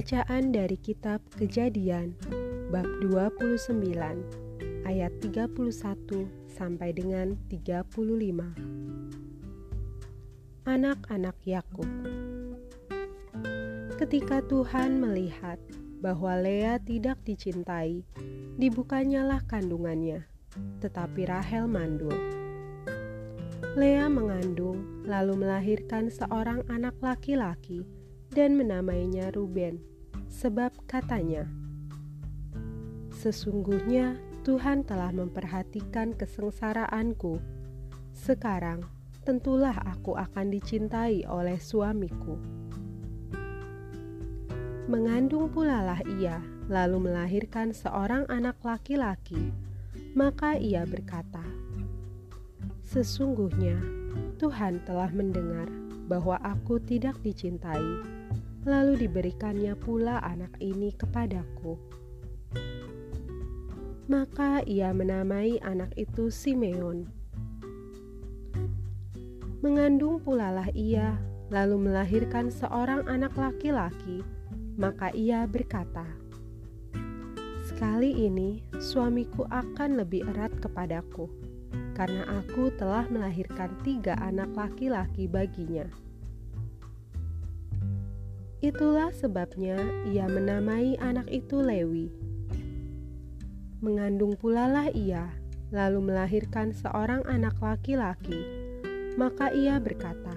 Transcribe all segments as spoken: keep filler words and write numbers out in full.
Bacaan dari kitab Kejadian bab dua puluh sembilan ayat tiga puluh satu sampai dengan tiga puluh lima. Anak-anak Yakub. Ketika Tuhan melihat bahwa Lea tidak dicintai, dibukanyalah kandungannya, tetapi Rahel mandul. Lea mengandung lalu melahirkan seorang anak laki-laki dan menamainya Ruben, sebab katanya, "Sesungguhnya Tuhan telah memperhatikan kesengsaraanku. Sekarang tentulah aku akan dicintai oleh suamiku." Mengandung pulalah ia, lalu melahirkan seorang anak laki-laki, maka ia berkata, "Sesungguhnya Tuhan telah mendengar bahwa aku tidak dicintai, lalu diberikannya pula anak ini kepadaku." Maka ia menamai anak itu Simeon. Mengandung pulalah ia, lalu melahirkan seorang anak laki-laki, maka ia berkata, "Sekali ini suamiku akan lebih erat kepadaku, karena aku telah melahirkan tiga anak laki-laki baginya." Itulah sebabnya ia menamai anak itu Lewi. Mengandung pulalah ia, lalu melahirkan seorang anak laki-laki, maka ia berkata,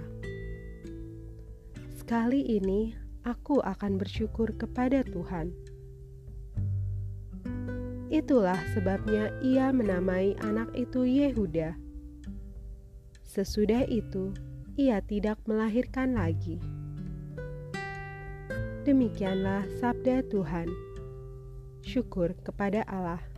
"Sekali ini aku akan bersyukur kepada Tuhan." Itulah sebabnya ia menamai anak itu Yehuda. Sesudah itu, ia tidak melahirkan lagi. Demikianlah sabda Tuhan. Syukur kepada Allah.